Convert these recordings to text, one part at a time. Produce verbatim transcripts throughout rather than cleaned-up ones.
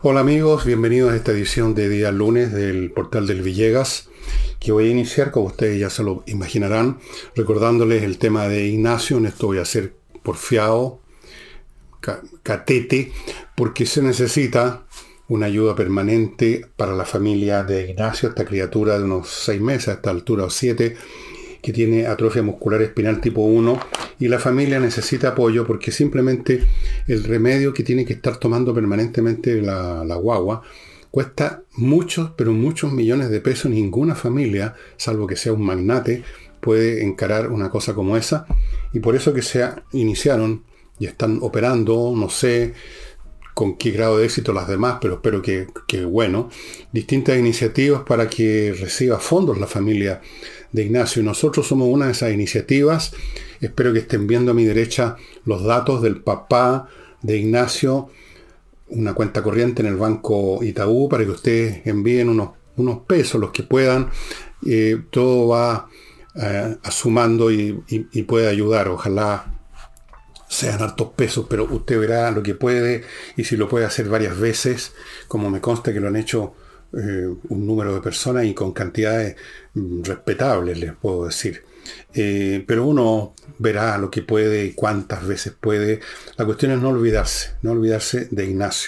Hola amigos, bienvenidos a esta edición de día lunes del portal del Villegas, que voy a iniciar, como ustedes ya se lo imaginarán, recordándoles el tema de Ignacio. En esto voy a hacer porfiado, ca- catete, porque se necesita una ayuda permanente para la familia de Ignacio, esta criatura de unos seis meses, a esta altura o siete, que tiene atrofia muscular espinal tipo uno, y la familia necesita apoyo porque simplemente el remedio que tiene que estar tomando permanentemente la, la guagua cuesta muchos, pero muchos millones de pesos. Ninguna familia, salvo que sea un magnate, puede encarar una cosa como esa, y por eso que se iniciaron y están operando, no sé con qué grado de éxito las demás, pero espero que, que bueno, distintas iniciativas para que reciba fondos la familia de Ignacio. Y nosotros somos una de esas iniciativas. Espero que estén viendo a mi derecha los datos del papá de Ignacio, una cuenta corriente en el Banco Itaú, para que ustedes envíen unos, unos pesos, los que puedan. Eh, todo va eh, sumando y, y, y puede ayudar. Ojalá sean hartos pesos, pero usted verá lo que puede, y si lo puede hacer varias veces, como me consta que lo han hecho eh, un número de personas y con cantidades mm, respetables, les puedo decir. Eh, pero uno verá lo que puede y cuántas veces puede. La cuestión es no olvidarse, no olvidarse de Ignacio.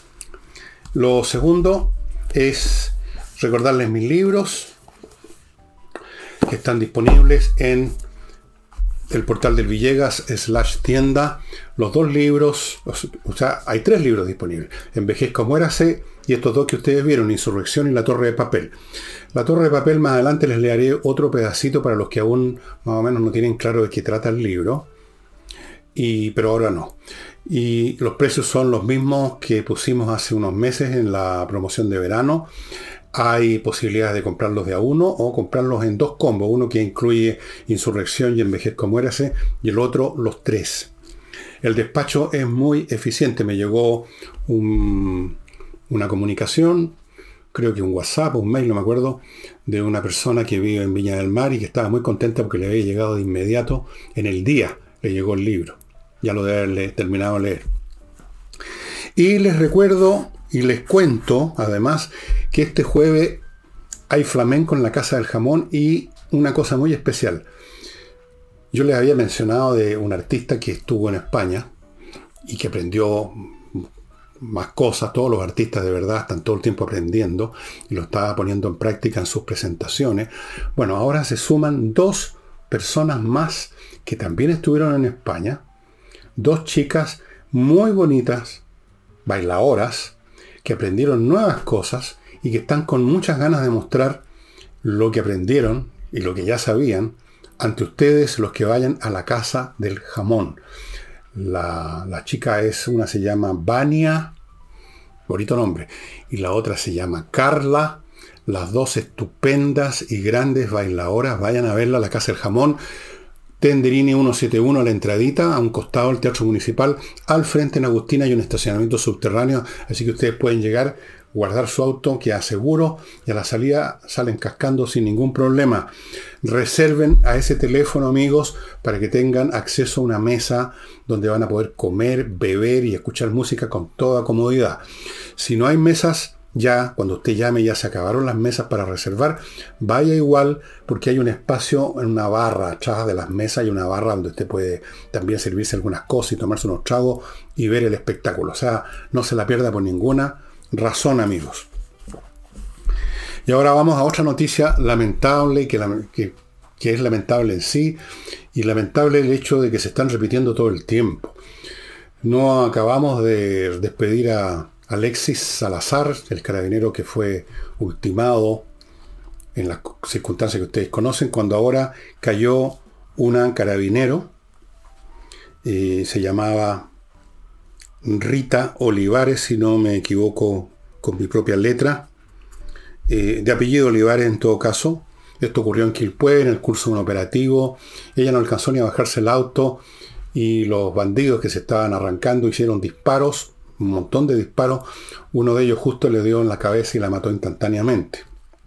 Lo segundo es recordarles mis libros que están disponibles en el portal del Villegas slash tienda. Los dos libros, o sea, hay tres libros disponibles: Envejezca o Muérase, y estos dos que ustedes vieron, Insurrección y La Torre de Papel. La Torre de Papel, más adelante les leeré otro pedacito para los que aún más o menos no tienen claro de qué trata el libro, y, pero ahora no. Y los precios son los mismos que pusimos hace unos meses en la promoción de verano. Hay posibilidades de comprarlos de a uno o comprarlos en dos combos, uno que incluye Insurrección y Envejezca o Muérase, y el otro los tres. El despacho es muy eficiente. Me llegó un, una comunicación, creo que un WhatsApp o un mail, no me acuerdo, de una persona que vive en Viña del Mar y que estaba muy contenta porque le había llegado de inmediato, en el día le llegó el libro. Ya lo debe haberle terminado de leer. Y les recuerdo y les cuento, además, que este jueves hay flamenco en la Casa del Jamón, y una cosa muy especial. Yo les había mencionado de un artista que estuvo en España y que aprendió más cosas. Todos los artistas de verdad están todo el tiempo aprendiendo y lo estaba poniendo en práctica en sus presentaciones. Bueno, ahora se suman dos personas más que también estuvieron en España. Dos chicas muy bonitas, bailadoras, que aprendieron nuevas cosas y que están con muchas ganas de mostrar lo que aprendieron y lo que ya sabían ante ustedes, los que vayan a la Casa del Jamón. La, la chica es, una se llama Vania, bonito nombre, y la otra se llama Carla. Las dos estupendas y grandes bailadoras. Vayan a verla a la Casa del Jamón. Tenderini ciento setenta y uno, a la entradita, a un costado del Teatro Municipal. Al frente en Agustina hay un estacionamiento subterráneo, así que ustedes pueden llegar, guardar su auto, que seguro, y a la salida salen cascando sin ningún problema. Reserven a ese teléfono, amigos, para que tengan acceso a una mesa donde van a poder comer, beber y escuchar música con toda comodidad. Si no hay mesas, ya cuando usted llame ya se acabaron las mesas para reservar. Vaya igual, porque hay un espacio en una barra atrás de las mesas. Hay una barra donde usted puede también servirse algunas cosas y tomarse unos tragos y ver el espectáculo. O sea, no se la pierda por ninguna razón, amigos. Y ahora vamos a otra noticia lamentable, que, que, que es lamentable en sí, y lamentable el hecho de que se están repitiendo todo el tiempo. No acabamos de despedir a Alexis Salazar, el carabinero que fue ultimado en las circunstancias que ustedes conocen, cuando ahora cayó una carabinero, eh, se llamaba Rita Olivares, si no me equivoco con mi propia letra, eh, de apellido Olivares en todo caso. Esto ocurrió en Quilpué, en el curso de un operativo. Ella no alcanzó ni a bajarse el auto y los bandidos que se estaban arrancando hicieron disparos, un montón de disparos. Uno de ellos justo le dio en la cabeza y la mató instantáneamente.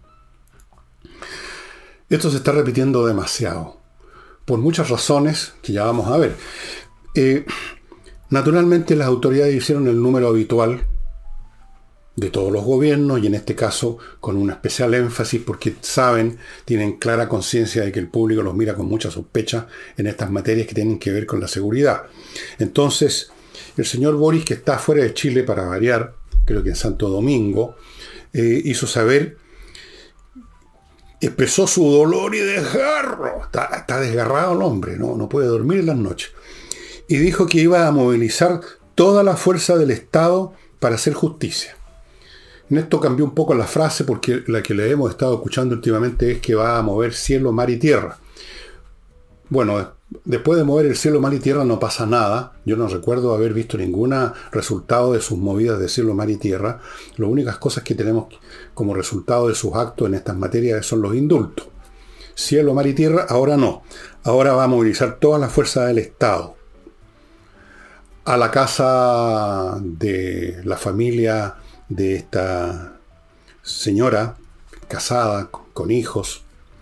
Esto se está repitiendo demasiado, por muchas razones que ya vamos a ver. Eh, naturalmente las autoridades hicieron el número habitual de todos los gobiernos, y en este caso con un especial énfasis porque saben, tienen clara conciencia de que el público los mira con mucha sospecha en estas materias que tienen que ver con la seguridad. Entonces, el señor Boric, que está fuera de Chile para variar, creo que en Santo Domingo, eh, hizo saber, expresó su dolor y desgarro. Está, está desgarrado el hombre, ¿no? No puede dormir en las noches. Y dijo que iba a movilizar toda la fuerza del Estado para hacer justicia. En esto cambió un poco la frase porque la que le hemos estado escuchando últimamente es que va a mover cielo, mar y tierra. Bueno, después de mover el cielo, mar y tierra no pasa nada. Yo no recuerdo haber visto ningún resultado de sus movidas de cielo, mar y tierra. Las únicas cosas que tenemos como resultado de sus actos en estas materias son los indultos. Cielo, mar y tierra, ahora no. Ahora va a movilizar toda la fuerza del Estado. A la casa de la familia de esta señora casada, con hijos,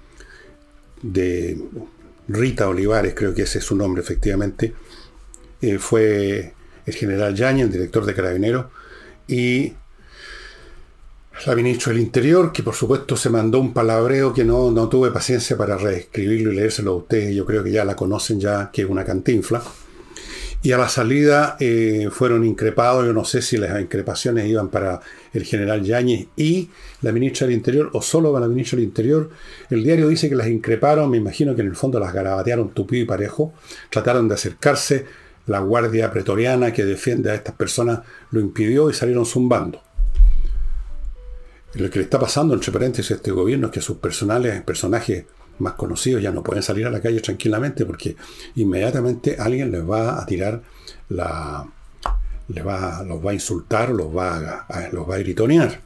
de Rita Olivares, creo que ese es su nombre efectivamente, eh, fue el general Yáñez, el director de Carabineros, y la ministra del Interior, que por supuesto se mandó un palabreo que no, no tuve paciencia para reescribirlo y leérselo a ustedes, yo creo que ya la conocen ya, que es una cantinfla. Y a la salida eh, fueron increpados, yo no sé si las increpaciones iban para el general Yáñez y la ministra del Interior, o solo para la ministra del Interior. El diario dice que las increparon, me imagino que en el fondo las garabatearon tupido y parejo, trataron de acercarse, la guardia pretoriana que defiende a estas personas lo impidió y salieron zumbando. Lo que le está pasando, entre paréntesis, a este gobierno es que sus personales, personajes más conocidos ya no pueden salir a la calle tranquilamente porque inmediatamente alguien les va a tirar la... Les va, los va a insultar, los va a, a, los va a gritonear.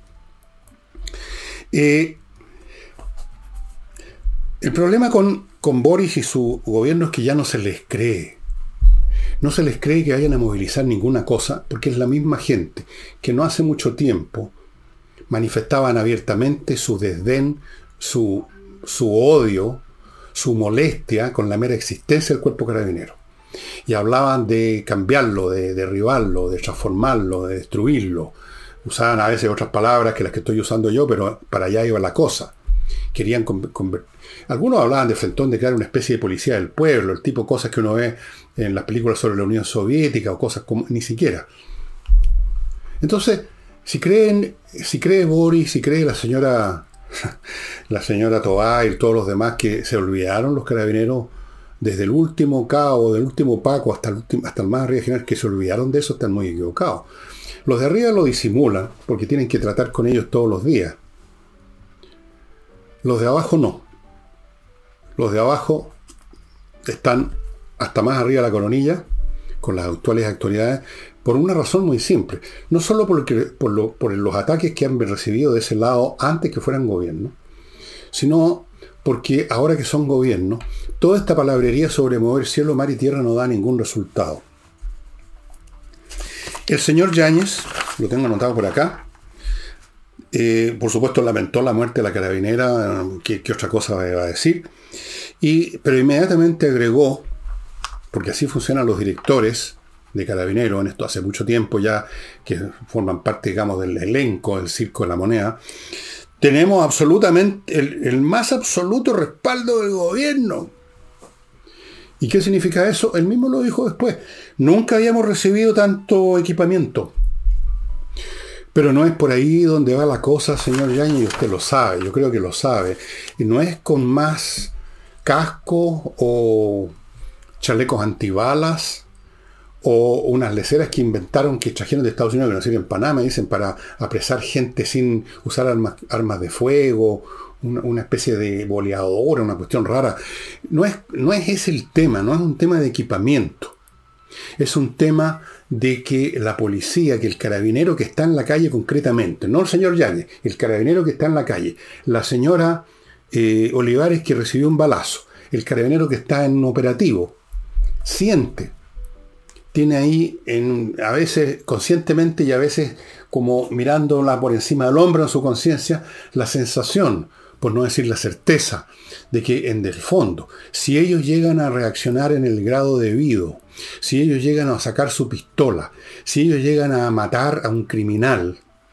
Eh, el problema con, con Boric y su gobierno es que ya no se les cree. No se les cree que vayan a movilizar ninguna cosa porque es la misma gente que no hace mucho tiempo manifestaban abiertamente su desdén, su, su odio, su molestia con la mera existencia del cuerpo carabinero. Y hablaban de cambiarlo, de derribarlo, de transformarlo, de destruirlo. Usaban a veces otras palabras que las que estoy usando yo, pero para allá iba la cosa. Querían convertir. Algunos hablaban de frentón de crear una especie de policía del pueblo, el tipo de cosas que uno ve en las películas sobre la Unión Soviética o cosas como ni siquiera. Entonces, si creen, si cree Boris, si cree la señora, la señora Tobá y todos los demás que se olvidaron los carabineros desde el último cabo, del último Paco hasta el, último, hasta el más arriba general, que se olvidaron de eso, están muy equivocados. Los de arriba lo disimulan porque tienen que tratar con ellos todos los días. Los de abajo no. Los de abajo están hasta más arriba de la coronilla con las actuales autoridades por una razón muy simple. No solo porque, por, lo, por los ataques que han recibido de ese lado antes que fueran gobierno, sino porque ahora que son gobierno, toda esta palabrería sobre mover cielo, mar y tierra no da ningún resultado. El señor Yáñez, lo tengo anotado por acá, eh, por supuesto lamentó la muerte de la carabinera, ¿qué, qué otra cosa va a decir? Y, pero inmediatamente agregó, porque así funcionan los directores de Carabineros, en esto hace mucho tiempo ya, que forman parte, digamos, del elenco del Circo de la Moneda, tenemos absolutamente el, el más absoluto respaldo del gobierno. ¿Y qué significa eso? Él mismo lo dijo después. Nunca habíamos recibido tanto equipamiento. Pero no es por ahí donde va la cosa, señor Yáñez, y usted lo sabe, yo creo que lo sabe. Y no es con más cascos o chalecos antibalas o unas leceras que inventaron, que trajeron de Estados Unidos, que no sirven para nada, me dicen, para apresar gente sin usar armas, armas de fuego, una, una especie de boleadora, una cuestión rara. No es, no es ese el tema, no es un tema de equipamiento. Es un tema de que la policía, que el carabinero que está en la calle concretamente, no el señor Yáñez, el carabinero que está en la calle, la señora eh, Olivares que recibió un balazo, el carabinero que está en un operativo, siente, tiene ahí, en, a veces conscientemente y a veces como mirándola por encima del hombro en su conciencia, la sensación, por no decir la certeza, de que en el fondo, si ellos llegan a reaccionar en el grado debido, si ellos llegan a sacar su pistola, si ellos llegan a matar a un criminal,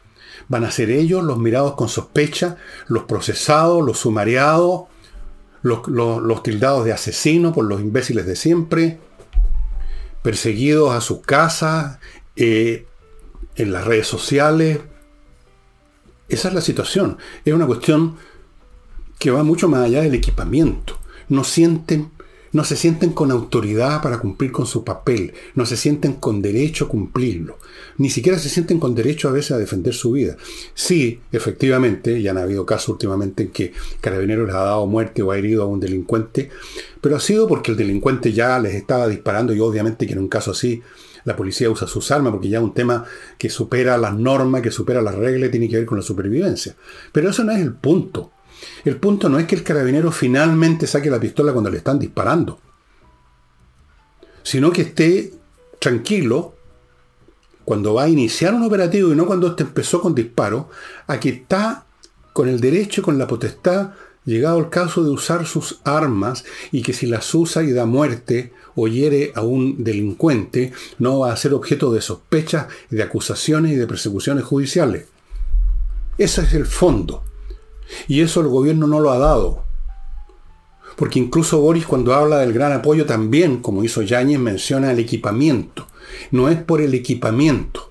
Van a ser ellos los mirados con sospecha, los procesados, los sumariados, los, los, los tildados de asesinos por los imbéciles de siempre, perseguidos a sus casas, eh, en las redes sociales. Esa es la situación. Es una cuestión que va mucho más allá del equipamiento. No sienten, no se sienten con autoridad para cumplir con su papel. No se sienten con derecho a cumplirlo. Ni siquiera se sienten con derecho a veces a defender su vida. Sí, efectivamente, ya han habido casos últimamente en que Carabineros les ha dado muerte o ha herido a un delincuente, pero ha sido porque el delincuente ya les estaba disparando, y obviamente que en un caso así la policía usa sus armas, porque ya es un tema que supera las normas, que supera las reglas, tiene que ver con la supervivencia. Pero eso no es el punto. El punto no es que el carabinero finalmente saque la pistola cuando le están disparando, sino que esté tranquilo cuando va a iniciar un operativo, y no cuando este empezó con disparo, a que está con el derecho y con la potestad, llegado el caso, de usar sus armas, y que si las usa y da muerte o hiere a un delincuente, no va a ser objeto de sospechas, de acusaciones y de persecuciones judiciales. Ese es el fondo. Y eso el gobierno no lo ha dado. Porque incluso Boris, cuando habla del gran apoyo, también, como hizo Yáñez, menciona el equipamiento. No es por el equipamiento.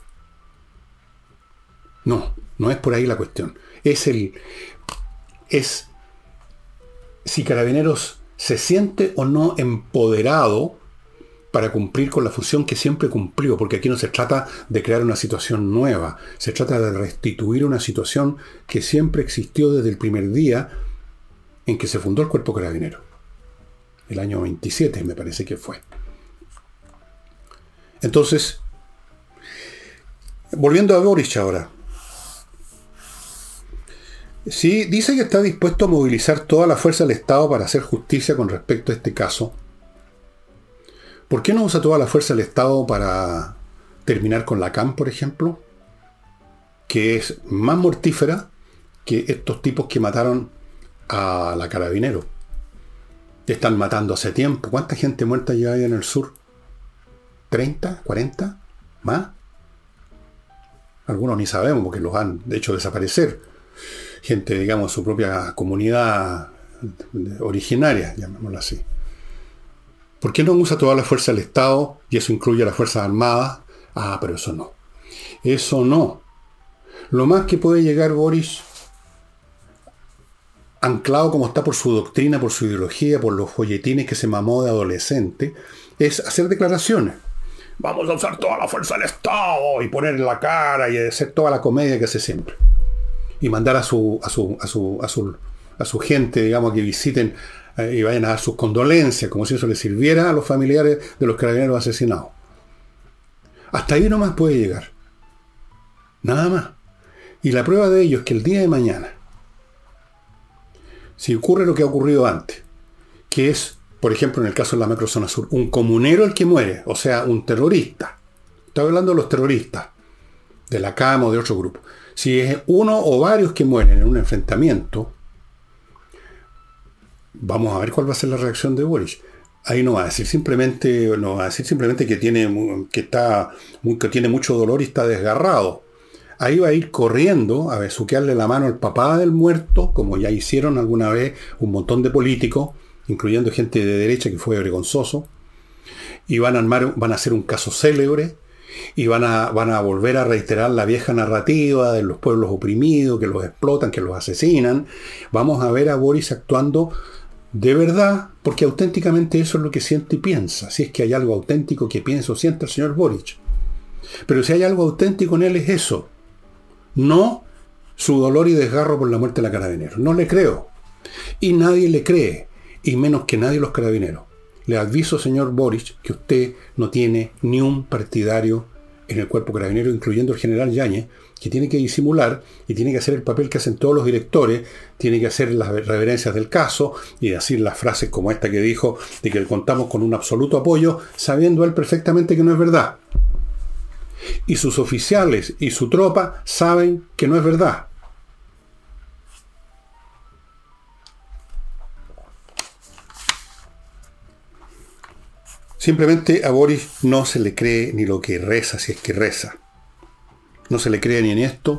No, no es por ahí la cuestión. Es el... es si Carabineros se siente o no empoderado para cumplir con la función que siempre cumplió, porque aquí no se trata de crear una situación nueva, se trata de restituir una situación que siempre existió desde el primer día en que se fundó el Cuerpo Carabinero. El año veintisiete, me parece que fue. Entonces, volviendo a Boric ahora. Sí, dice que está dispuesto a movilizar toda la fuerza del Estado para hacer justicia con respecto a este caso. ¿Por qué no usa toda la fuerza del Estado para terminar con la C A M, por ejemplo? Que es más mortífera que estos tipos que mataron a la Carabinero. Están matando hace tiempo. ¿Cuánta gente muerta lleva ahí en el sur? ¿treinta? ¿cuarenta? ¿Más? Algunos ni sabemos porque los han hecho desaparecer. Gente, digamos, su propia comunidad originaria, llamémoslo así. ¿Por qué no usa toda la fuerza del Estado? Y eso incluye a las Fuerzas Armadas. Ah, pero eso no. Eso no. Lo más que puede llegar Boris, anclado como está por su doctrina, por su ideología, por los folletines que se mamó de adolescente, es hacer declaraciones. Vamos a usar toda la fuerza del Estado y poner la cara y hacer toda la comedia que hace siempre. Y mandar a su, a su, a su, a su, a su gente, digamos, que visiten eh, y vayan a dar sus condolencias, como si eso les sirviera a los familiares de los carabineros asesinados. Hasta ahí nomás puede llegar. Nada más. Y la prueba de ello es que el día de mañana, si ocurre lo que ha ocurrido antes, que es, por ejemplo, en el caso de la macrozona sur, un comunero el que muere, o sea, un terrorista. Estoy hablando de los terroristas, de la C A M o de otro grupo. Si es uno o varios que mueren en un enfrentamiento, vamos a ver cuál va a ser la reacción de Boris. Ahí no va a decir simplemente, no va a decir simplemente que tiene, que está, que tiene mucho dolor y está desgarrado. Ahí va a ir corriendo a besuquearle la mano al papá del muerto, como ya hicieron alguna vez un montón de políticos, incluyendo gente de derecha, que fue vergonzoso, y van a armar, van a hacer un caso célebre, y van a, van a volver a reiterar la vieja narrativa de los pueblos oprimidos, que los explotan, que los asesinan. Vamos a ver a Boris actuando de verdad, porque auténticamente eso es lo que siente y piensa, si es que hay algo auténtico que piensa o siente el señor Boric. Pero si hay algo auténtico en él es eso, no su dolor y desgarro por la muerte de la Carabinero. No le creo. Y nadie le cree, y menos que nadie los Carabineros. Le aviso, señor Boric, que usted no tiene ni un partidario en el Cuerpo Carabinero, incluyendo el general Yáñez, que tiene que disimular y tiene que hacer el papel que hacen todos los directores, tiene que hacer las reverencias del caso y decir las frases como esta que dijo, de que contamos con un absoluto apoyo, sabiendo él perfectamente que no es verdad. Y sus oficiales y su tropa saben que no es verdad. Simplemente a Boris no se le cree ni lo que reza, si es que reza. No se le cree ni en esto,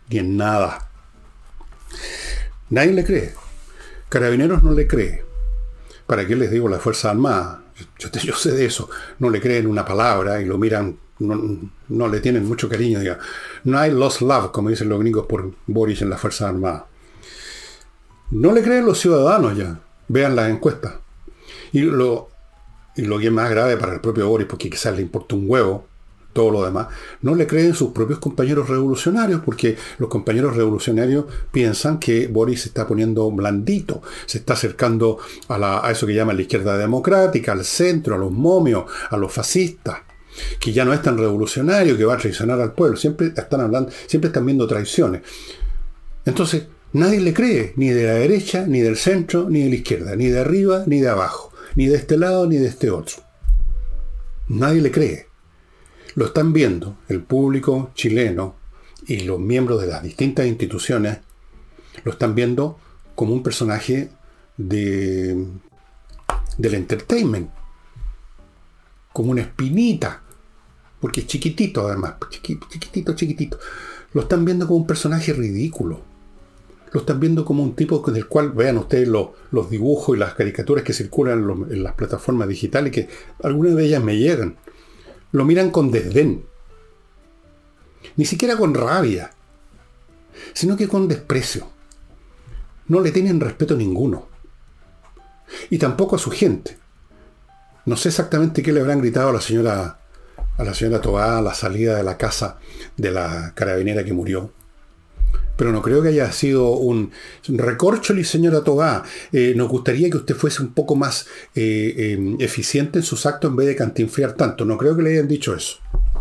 ni en nada. Nadie le cree. Carabineros no le cree. ¿Para qué les digo las Fuerzas Armadas? Yo, yo sé de eso. No le creen una palabra y lo miran, no, no le tienen mucho cariño. Diga. No hay lost love, como dicen los gringos por Boris en las Fuerzas Armadas. No le creen los ciudadanos ya. Vean las encuestas. Y lo, y lo que es más grave para el propio Boris, porque quizás le importa un huevo, todo lo demás, no le creen sus propios compañeros revolucionarios, porque los compañeros revolucionarios piensan que Boris se está poniendo blandito, se está acercando a, la, a eso que llaman la izquierda democrática, al centro, a los momios, a los fascistas, que ya no es tan revolucionario, que va a traicionar al pueblo. Siempre están hablando, siempre están viendo traiciones. Entonces, nadie le cree, ni de la derecha, ni del centro, ni de la izquierda, ni de arriba, ni de abajo, ni de este lado, ni de este otro. Nadie le cree. Lo están viendo el público chileno y los miembros de las distintas instituciones, lo están viendo como un personaje de, del entertainment, como una espinita, porque es chiquitito además, chiquitito, chiquitito. Lo están viendo como un personaje ridículo. Lo están viendo como un tipo del cual, vean ustedes los, los dibujos y las caricaturas que circulan en, los, en las plataformas digitales, que algunas de ellas me llegan. Lo miran con desdén. Ni siquiera con rabia, sino que con desprecio. No le tienen respeto ninguno. Y tampoco a su gente. No sé exactamente qué le habrán gritado a la señora, a la señora Tobá a la salida de la casa de la carabinera que murió. Pero no creo que haya sido un, un recórcholi, señora Tobá. Eh, nos gustaría que usted fuese un poco más eh, eh, eficiente en sus actos en vez de cantinfriar tanto. No creo que le hayan dicho eso.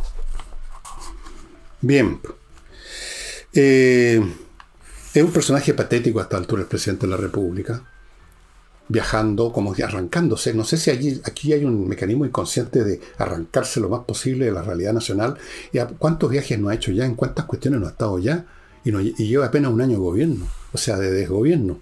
Bien. Eh, es un personaje patético a esta altura el presidente de la República. Viajando, como arrancándose. No sé si allí, aquí hay un mecanismo inconsciente de arrancarse lo más posible de la realidad nacional. ¿Y a cuántos viajes no ha hecho ya? ¿En cuántas cuestiones no ha estado ya? Y, no, y lleva apenas un año de gobierno, o sea, de desgobierno.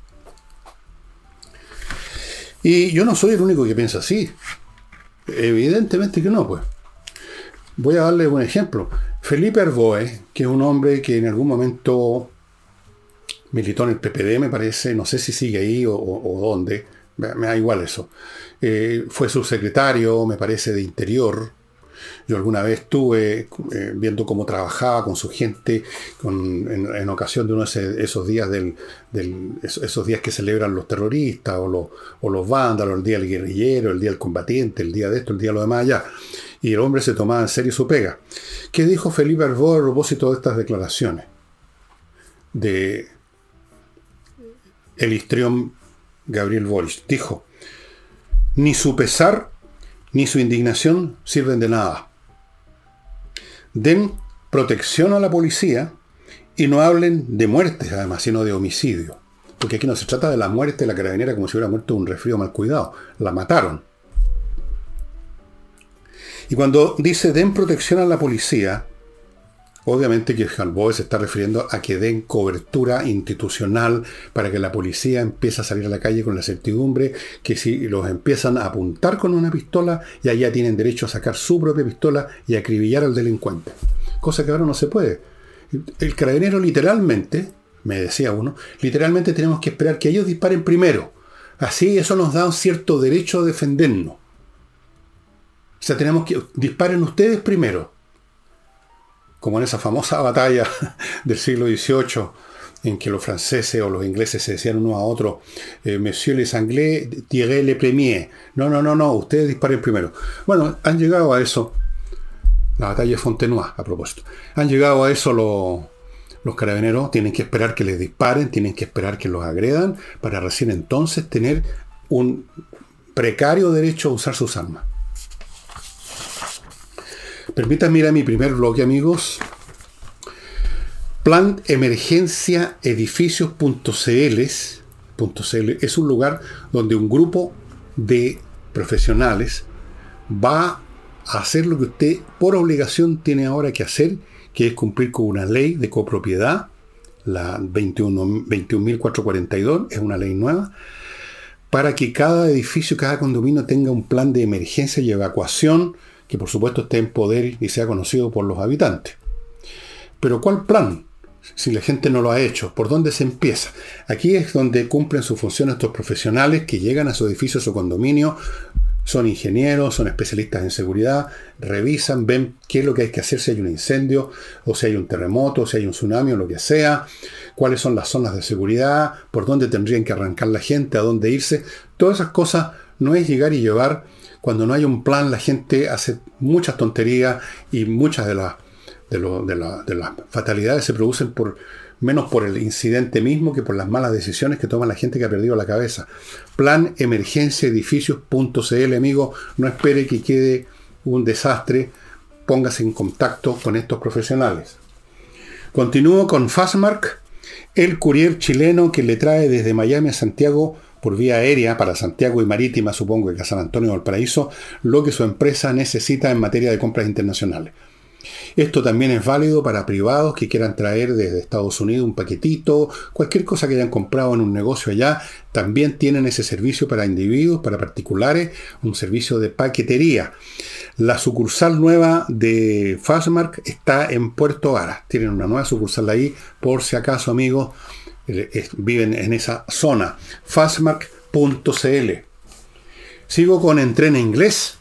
Y yo no soy el único que piensa así. Evidentemente que no, pues. Voy a darle un ejemplo. Felipe Arboe, que es un hombre que en algún momento militó en el P P D, me parece, no sé si sigue ahí o, o, o dónde, me, me da igual eso. Eh, fue subsecretario, me parece, de Interior. Yo alguna vez estuve eh, viendo cómo trabajaba con su gente con, en, en ocasión de uno de ese, esos días del, del, esos días que celebran los terroristas o los, o los vándalos, el día del guerrillero, el día del combatiente, el día de esto, el día de lo demás allá. Y el hombre se tomaba en serio su pega. ¿Qué dijo Felipe Arboe a propósito de estas declaraciones? De el histrión Gabriel Boric. Dijo: ni su pesar ni su indignación sirven de nada. Den protección a la policía y no hablen de muertes, además, sino de homicidio. Porque aquí no se trata de la muerte de la carabinera como si hubiera muerto de un resfrío mal cuidado. La mataron. Y cuando dice den protección a la policía, obviamente que Arboe se está refiriendo a que den cobertura institucional para que la policía empiece a salir a la calle con la certidumbre que si los empiezan a apuntar con una pistola, ya ya tienen derecho a sacar su propia pistola y acribillar al delincuente. Cosa que ahora no se puede. El carabinero literalmente, me decía uno, literalmente tenemos que esperar que ellos disparen primero. Así eso nos da un cierto derecho a defendernos. O sea, tenemos que disparen ustedes primero. Como en esa famosa batalla del siglo dieciocho, en que los franceses o los ingleses se decían uno a otro, eh, Monsieur les Anglais, tirez le premier. No, no, no, no, ustedes disparen primero. Bueno, han llegado a eso, la batalla de Fontenoy, a propósito. Han llegado a eso los, los carabineros, tienen que esperar que les disparen, tienen que esperar que los agredan, para recién entonces tener un precario derecho a usar sus armas. Permítanme ir a mi primer bloque, amigos. Plan Emergencia Edificios punto c l es un lugar donde un grupo de profesionales va a hacer lo que usted por obligación tiene ahora que hacer, que es cumplir con una ley de copropiedad, la veintiuno mil cuatrocientos cuarenta y dos, es una ley nueva, para que cada edificio, cada condominio tenga un plan de emergencia y evacuación que por supuesto esté en poder y sea conocido por los habitantes. Pero ¿cuál plan? si la gente no lo ha hecho? ¿Por dónde se empieza? Aquí es donde cumplen su función estos profesionales que llegan a su edificio, a su condominio, son ingenieros, son especialistas en seguridad, revisan, ven qué es lo que hay que hacer si hay un incendio, o si hay un terremoto, o si hay un tsunami, o lo que sea, cuáles son las zonas de seguridad, por dónde tendrían que arrancar la gente, a dónde irse. Todas esas cosas no es llegar y llevar. Cuando no hay un plan, la gente hace muchas tonterías y muchas de las de, lo, de, la, de las fatalidades se producen por menos por el incidente mismo que por las malas decisiones que toma la gente que ha perdido la cabeza. Plan emergencia edificios punto c l, amigo. No espere que quede un desastre. Póngase en contacto con estos profesionales. Continúo con Fastmark, el courier chileno que le trae desde Miami a Santiago por vía aérea, para Santiago y marítima, supongo que a San Antonio o Valparaíso, lo que su empresa necesita en materia de compras internacionales. Esto también es válido para privados que quieran traer desde Estados Unidos un paquetito, cualquier cosa que hayan comprado en un negocio allá. También tienen ese servicio para individuos, para particulares, un servicio de paquetería. La sucursal nueva de Fastmark está en Puerto Varas. Tienen una nueva sucursal ahí, por si acaso, amigos, eh, viven en esa zona. Fastmark punto c l. Sigo con Entrena Inglés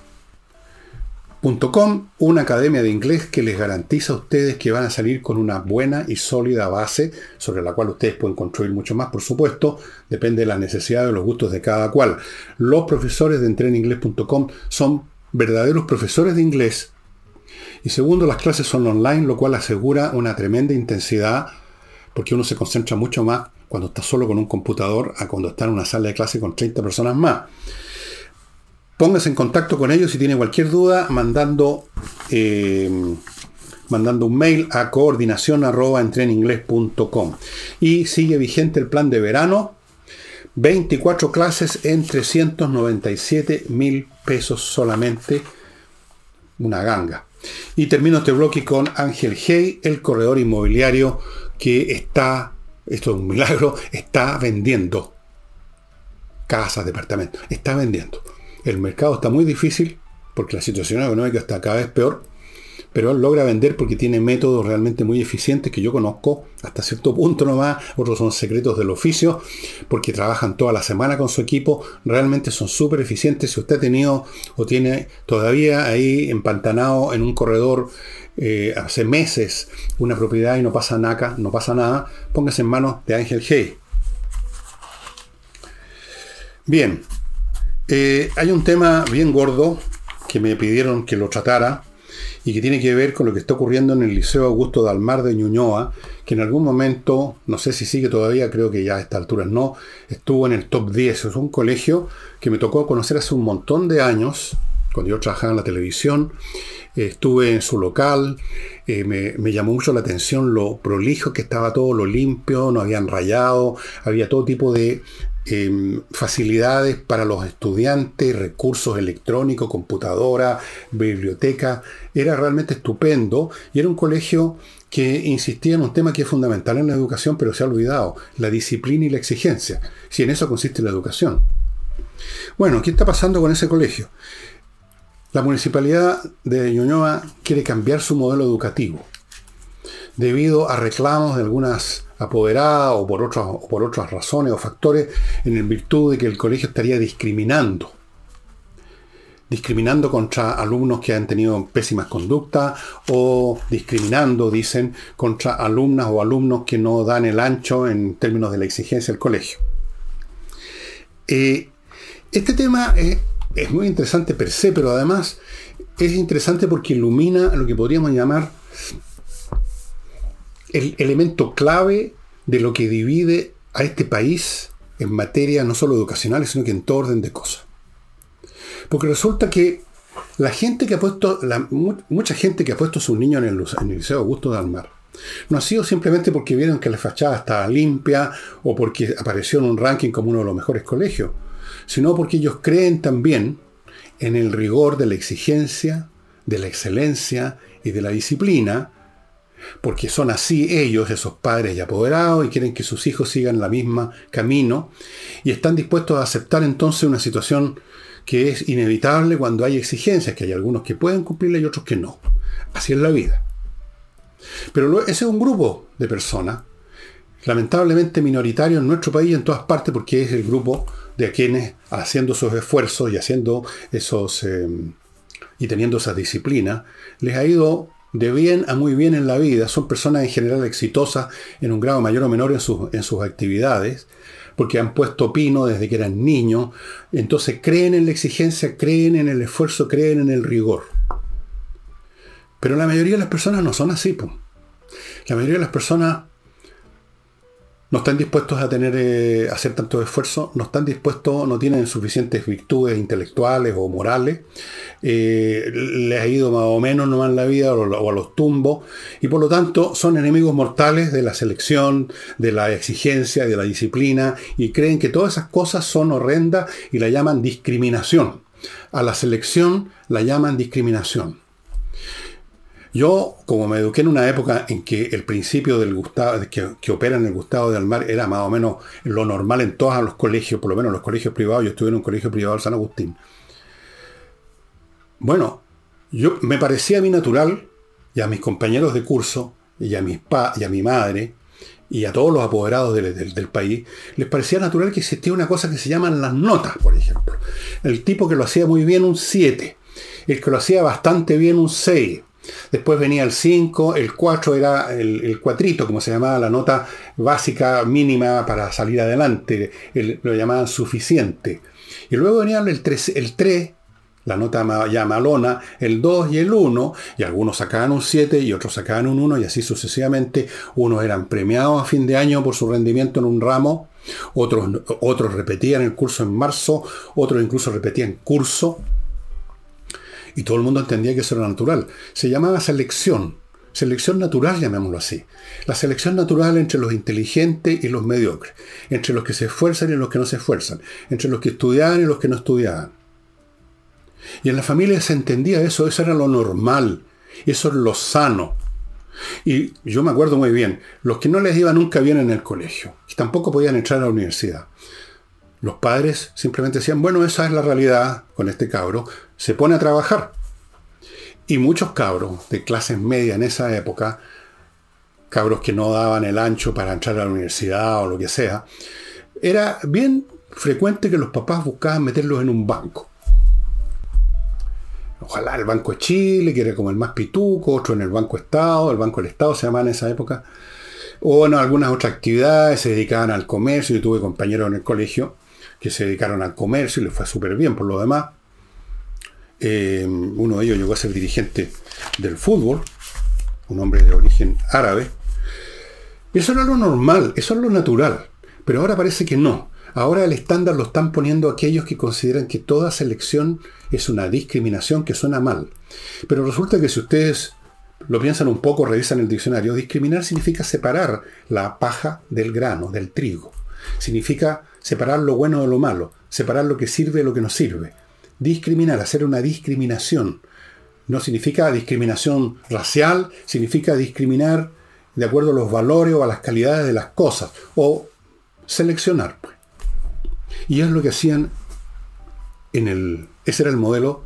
punto com, una academia de inglés que les garantiza a ustedes que van a salir con una buena y sólida base sobre la cual ustedes pueden construir mucho más, por supuesto, depende de las necesidades y los gustos de cada cual. Los profesores de entrena inglés punto com son verdaderos profesores de inglés. Y segundo, las clases son online, lo cual asegura una tremenda intensidad, porque uno se concentra mucho más cuando está solo con un computador a cuando está en una sala de clase con treinta personas más. Póngase en contacto con ellos si tiene cualquier duda, mandando, eh, mandando un mail a coordinación arroba entrena inglés punto com. Y sigue vigente el plan de verano, veinticuatro clases en trescientos noventa y siete mil pesos solamente, una ganga. Y termino este bloque con Ángel Hey, el corredor inmobiliario que está, esto es un milagro, está vendiendo casas, departamentos, está vendiendo. El mercado está muy difícil porque la situación económica está cada vez peor, pero él logra vender porque tiene métodos realmente muy eficientes que yo conozco hasta cierto punto nomás. Otros son secretos del oficio porque trabajan toda la semana con su equipo. Realmente son súper eficientes. Si usted ha tenido o tiene todavía ahí empantanado en un corredor eh, hace meses una propiedad y no pasa nada, no pasa nada, póngase en manos de Ángel Hey. Bien. Eh, hay un tema bien gordo que me pidieron que lo tratara y que tiene que ver con lo que está ocurriendo en el Liceo Augusto Dalmar de Ñuñoa, que en algún momento, no sé si sigue todavía, creo que ya a estas alturas no, estuvo en el top diez. Es un colegio que me tocó conocer hace un montón de años, cuando yo trabajaba en la televisión. Eh, estuve en su local, eh, me, me llamó mucho la atención lo prolijo que estaba todo, lo limpio, no habían rayado, había todo tipo de Eh, facilidades para los estudiantes, recursos electrónicos, computadora, biblioteca. Era realmente estupendo y era un colegio que insistía en un tema que es fundamental en la educación, pero se ha olvidado: la disciplina y la exigencia. Si en eso consiste la educación. Bueno, ¿qué está pasando con ese colegio? La municipalidad de Ñuñoa quiere cambiar su modelo educativo debido a reclamos de algunas apoderadas o por otras, o por otras razones o factores, en virtud de que el colegio estaría discriminando. Discriminando contra alumnos que han tenido pésimas conductas o discriminando, dicen, contra alumnas o alumnos que no dan el ancho en términos de la exigencia del colegio. Eh, este tema es, es muy interesante per se, pero además es interesante porque ilumina lo que podríamos llamar el elemento clave de lo que divide a este país en materia no solo educacional, sino que en todo orden de cosas. Porque resulta que la gente que ha puesto, la, mucha gente que ha puesto a sus niños en el, en el Liceo Augusto Dalmar, no ha sido simplemente porque vieron que la fachada estaba limpia o porque apareció en un ranking como uno de los mejores colegios, sino porque ellos creen también en el rigor de la exigencia, de la excelencia y de la disciplina, porque son así ellos, esos padres y apoderados, y quieren que sus hijos sigan la misma camino, y están dispuestos a aceptar entonces una situación que es inevitable cuando hay exigencias, que hay algunos que pueden cumplirla y otros que no. Así es la vida. Pero lo, ese es un grupo de personas, lamentablemente minoritario en nuestro país y en todas partes, porque es el grupo de quienes, haciendo esos esfuerzos y haciendo esos eh, y teniendo esas disciplinas, les ha ido de bien a muy bien en la vida. Son personas en general exitosas en un grado mayor o menor en sus, en sus actividades, porque han puesto pino desde que eran niños. Entonces creen en la exigencia, creen en el esfuerzo, creen en el rigor. Pero la mayoría de las personas no son así, pues. La mayoría de las personas no están dispuestos a tener, eh, a hacer tanto esfuerzo, no están dispuestos, no tienen suficientes virtudes intelectuales o morales, eh, les ha ido más o menos nomás en la vida o, o a los tumbos, y por lo tanto son enemigos mortales de la selección, de la exigencia, de la disciplina, y creen que todas esas cosas son horrendas y la llaman discriminación. A la selección la llaman discriminación. Yo, como me eduqué en una época en que el principio del Gustavo, que, que opera en el Gustavo de Almar era más o menos lo normal en todos los colegios, por lo menos en los colegios privados, yo estuve en un colegio privado de San Agustín. Bueno, yo me parecía a mí natural, y a mis compañeros de curso, y a, mis pa, y a mi madre, y a todos los apoderados del, del, del país, les parecía natural que existía una cosa que se llaman las notas, por ejemplo. El tipo que lo hacía muy bien, un siete. El que lo hacía bastante bien, un seis. Después venía el cinco, el cuatro era el, el cuatrito, como se llamaba, la nota básica mínima para salir adelante, el, lo llamaban suficiente. Y luego venía el tres, el tres, la nota ya malona, el dos y el uno, y algunos sacaban un siete y otros sacaban un uno, y así sucesivamente. Unos eran premiados a fin de año por su rendimiento en un ramo, otros, otros repetían el curso en marzo, otros incluso repetían curso. Y todo el mundo entendía que eso era natural. Se llamaba selección. Selección natural, llamémoslo así. La selección natural entre los inteligentes y los mediocres. Entre los que se esfuerzan y los que no se esfuerzan. Entre los que estudiaban y los que no estudiaban. Y en la familia se entendía eso. Eso era lo normal. Eso es lo sano. Y yo me acuerdo muy bien. Los que no les iba nunca bien en el colegio. Y tampoco podían entrar a la universidad. Los padres simplemente decían, bueno, esa es la realidad con este cabro, se pone a trabajar. Y muchos cabros de clases medias en esa época, cabros que no daban el ancho para entrar a la universidad o lo que sea, era bien frecuente que los papás buscaban meterlos en un banco. Ojalá el Banco de Chile, que era como el más pituco, otro en el Banco Estado, el Banco del Estado se llamaba en esa época, o bueno, algunas otras actividades, se dedicaban al comercio. Yo tuve compañeros en el colegio que se dedicaron al comercio y les fue súper bien por lo demás. Eh, uno de ellos llegó a ser dirigente del fútbol, un hombre de origen árabe. Eso era lo normal, eso es lo natural. Pero ahora parece que no. Ahora el estándar lo están poniendo aquellos que consideran que toda selección es una discriminación, que suena mal. Pero resulta que si ustedes lo piensan un poco, revisan el diccionario, discriminar significa separar la paja del grano, del trigo. Significa separar lo bueno de lo malo, separar lo que sirve de lo que no sirve. Discriminar, hacer una discriminación. No significa discriminación racial, significa discriminar de acuerdo a los valores o a las calidades de las cosas, o seleccionar. Pues. Y es lo que hacían en el... Ese era el modelo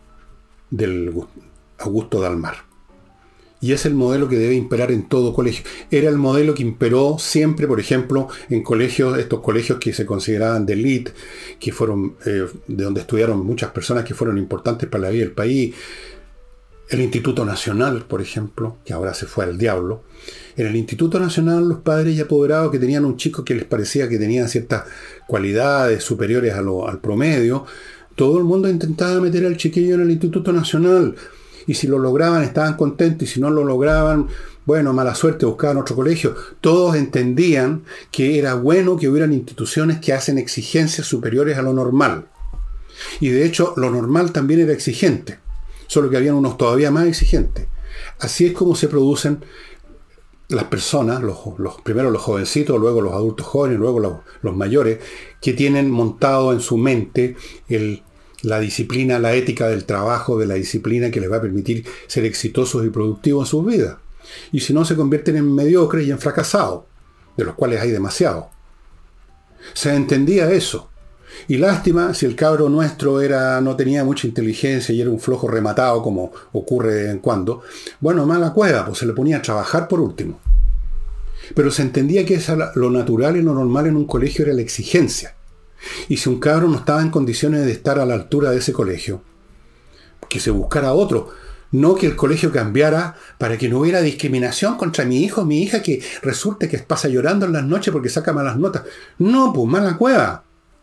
del Augusto de Almar. Y es el modelo que debe imperar en todo colegio. Era el modelo que imperó siempre, por ejemplo, en colegios, estos colegios que se consideraban de élite, que fueron, eh, de donde estudiaron muchas personas que fueron importantes para la vida del país. El Instituto Nacional, por ejemplo, que ahora se fue al diablo. En el Instituto Nacional, los padres y apoderados que tenían un chico que les parecía que tenía ciertas cualidades superiores a lo, al promedio, todo el mundo intentaba meter al chiquillo en el Instituto Nacional. Y si lo lograban, estaban contentos, y si no lo lograban, bueno, mala suerte, buscaban otro colegio. Todos entendían que era bueno que hubieran instituciones que hacen exigencias superiores a lo normal. Y de hecho, lo normal también era exigente, solo que habían unos todavía más exigentes. Así es como se producen las personas, los, los, primero los jovencitos, luego los adultos jóvenes, luego los, los mayores, que tienen montado en su mente el la disciplina, la ética del trabajo, de la disciplina que les va a permitir ser exitosos y productivos en sus vidas. Y si no, se convierten en mediocres y en fracasados, de los cuales hay demasiado. Se entendía eso. Y lástima si el cabro nuestro era, no tenía mucha inteligencia y era un flojo rematado, como ocurre de vez en cuando. Bueno, mala cueva, pues se le ponía a trabajar por último. Pero se entendía que esa, lo natural y lo normal en un colegio era la exigencia. Y si un cabro no estaba en condiciones de estar a la altura de ese colegio, que se buscara otro. No que el colegio cambiara para que no hubiera discriminación contra mi hijo o mi hija que resulte que pasa llorando en las noches porque saca malas notas. No, pues mala cueva.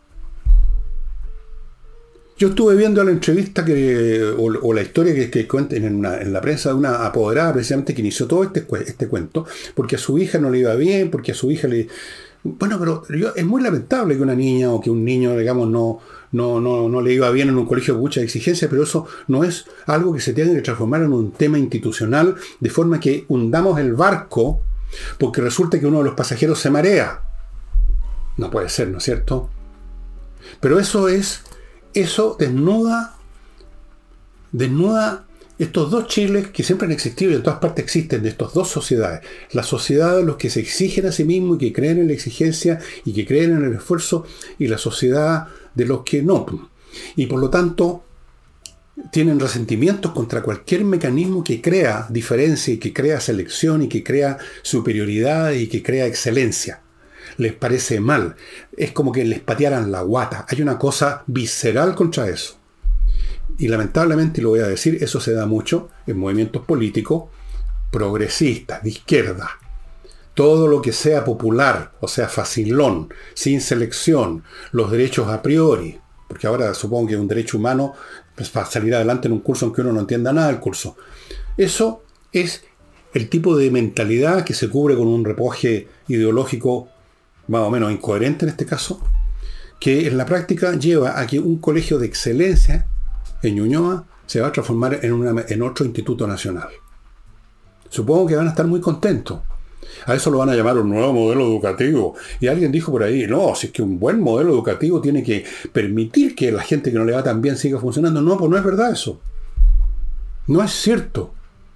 Yo estuve viendo la entrevista que, o, o la historia que, que cuentan en, una, en la prensa de una apoderada precisamente que inició todo este, este cuento, porque a su hija no le iba bien, porque a su hija le... Bueno, pero yo, es muy lamentable que una niña o que un niño, digamos, no, no, no, no le iba bien en un colegio de mucha exigencia, pero eso no es algo que se tenga que transformar en un tema institucional de forma que hundamos el barco porque resulta que uno de los pasajeros se marea. No puede ser, ¿no es cierto? Pero eso es... Eso desnuda, desnuda estos dos Chiles que siempre han existido y en todas partes existen, de estas dos sociedades. La sociedad de los que se exigen a sí mismos y que creen en la exigencia y que creen en el esfuerzo, y la sociedad de los que no. Y por lo tanto, tienen resentimientos contra cualquier mecanismo que crea diferencia y que crea selección y que crea superioridad y que crea excelencia. Les parece mal. Es como que les patearan la guata. Hay una cosa visceral contra eso. Y lamentablemente, y lo voy a decir, eso se da mucho en movimientos políticos progresistas, de izquierda. Todo lo que sea popular, o sea, facilón, sin selección, los derechos a priori, porque ahora supongo que un derecho humano pues, para salir adelante en un curso aunque uno no entienda nada del curso. Eso es el tipo de mentalidad que se cubre con un repoje ideológico más o menos incoherente en este caso, que en la práctica lleva a que un colegio de excelencia en Ñuñoa se va a transformar en, una, en otro instituto nacional. Supongo que van a estar muy contentos. A eso lo van a llamar un nuevo modelo educativo. Y alguien dijo por ahí, no, si es que un buen modelo educativo tiene que permitir que la gente que no le va tan bien siga funcionando. No, pues no es verdad eso. No es cierto.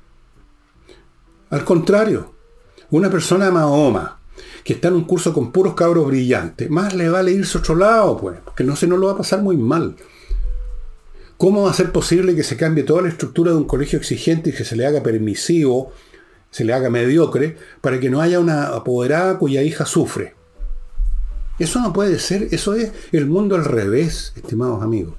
Al contrario, una persona de Mahoma que está en un curso con puros cabros brillantes, más le vale irse a otro lado, pues, porque no se nos lo va a pasar muy mal. ¿Cómo va a ser posible que se cambie toda la estructura de un colegio exigente y que se le haga permisivo, se le haga mediocre, para que no haya una apoderada cuya hija sufre? Eso no puede ser, eso es el mundo al revés, estimados amigos.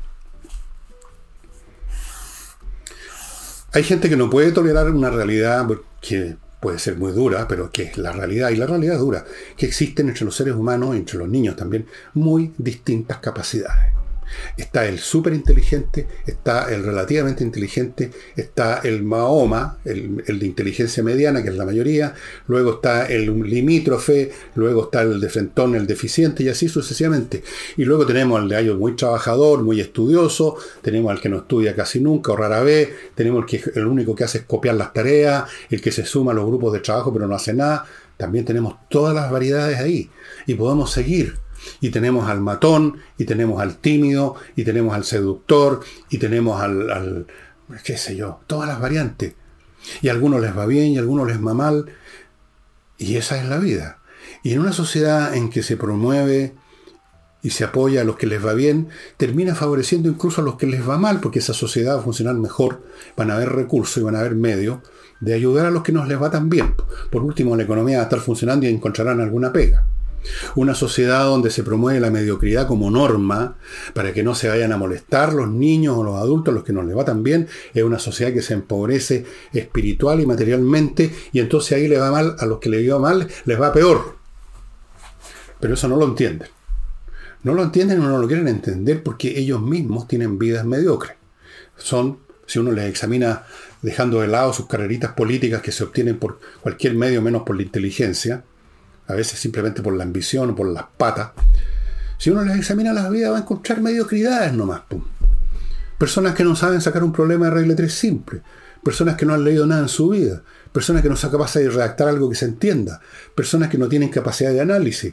Hay gente que no puede tolerar una realidad que puede ser muy dura, pero que es la realidad, y la realidad es dura, que existen entre los seres humanos, entre los niños también, muy distintas capacidades. Está el súper inteligente, está el relativamente inteligente, está el Mahoma, el, el de inteligencia mediana, que es la mayoría, luego está el limítrofe, luego está el de frentón, el deficiente, y así sucesivamente. Y luego tenemos al de ellos muy trabajador, muy estudioso, tenemos al que no estudia casi nunca o rara vez, tenemos el que el único que hace es copiar las tareas, el que se suma a los grupos de trabajo pero no hace nada. También tenemos todas las variedades ahí, y podemos seguir. Y tenemos al matón, y tenemos al tímido, y tenemos al seductor, y tenemos al, al, qué sé yo, todas las variantes. Y a algunos les va bien, y a algunos les va mal. Y esa es la vida. Y en una sociedad en que se promueve y se apoya a los que les va bien, termina favoreciendo incluso a los que les va mal, porque esa sociedad va a funcionar mejor, van a haber recursos y van a haber medios de ayudar a los que no les va tan bien. Por último, la economía va a estar funcionando y encontrarán alguna pega. Una sociedad donde se promueve la mediocridad como norma para que no se vayan a molestar los niños o los adultos, los que no les va tan bien, es una sociedad que se empobrece espiritual y materialmente, y entonces ahí le va mal, a los que les va mal, les va peor. Pero eso no lo entienden. No lo entienden o no lo quieren entender porque ellos mismos tienen vidas mediocres. Son, si uno les examina dejando de lado sus carreritas políticas que se obtienen por cualquier medio menos por la inteligencia, a veces simplemente por la ambición o por las patas. Si uno les examina las vidas va a encontrar mediocridades nomás. Pum. Personas que no saben sacar un problema de regla tres simple. Personas que no han leído nada en su vida. Personas que no son capaces de redactar algo que se entienda. Personas que no tienen capacidad de análisis.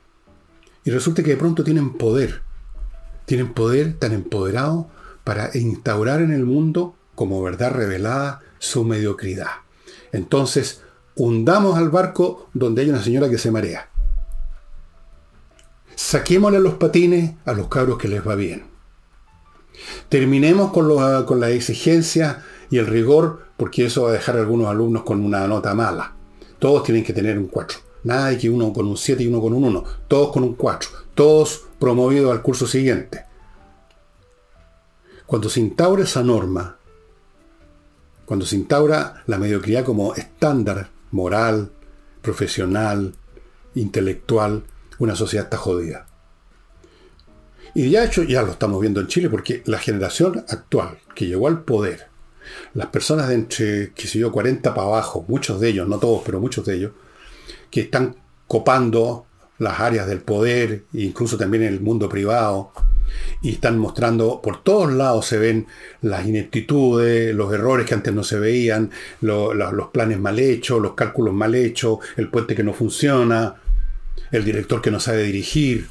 Y resulta que de pronto tienen poder. Tienen poder tan empoderado para instaurar en el mundo, como verdad revelada, su mediocridad. Entonces, hundamos al barco donde hay una señora que se marea. Saquémosle los patines a los cabros que les va bien. Terminemos con, los, con la exigencia y el rigor, porque eso va a dejar a algunos alumnos con una nota mala. Todos tienen que tener un cuatro. Nada de que uno con un siete y uno con un uno. Todos con un cuatro. Todos promovidos al curso siguiente. Cuando se instaura esa norma, cuando se instaura la mediocridad como estándar moral, profesional, intelectual, una sociedad está jodida. Y de hecho ya lo estamos viendo en Chile, porque la generación actual que llegó al poder, las personas de entre, qué sé yo, cuarenta para abajo, muchos de ellos, no todos, pero muchos de ellos, que están copando las áreas del poder, incluso también en el mundo privado, y están mostrando, por todos lados se ven las ineptitudes, los errores que antes no se veían, lo, lo, los planes mal hechos, los cálculos mal hechos, el puente que no funciona, el director que no sabe dirigir.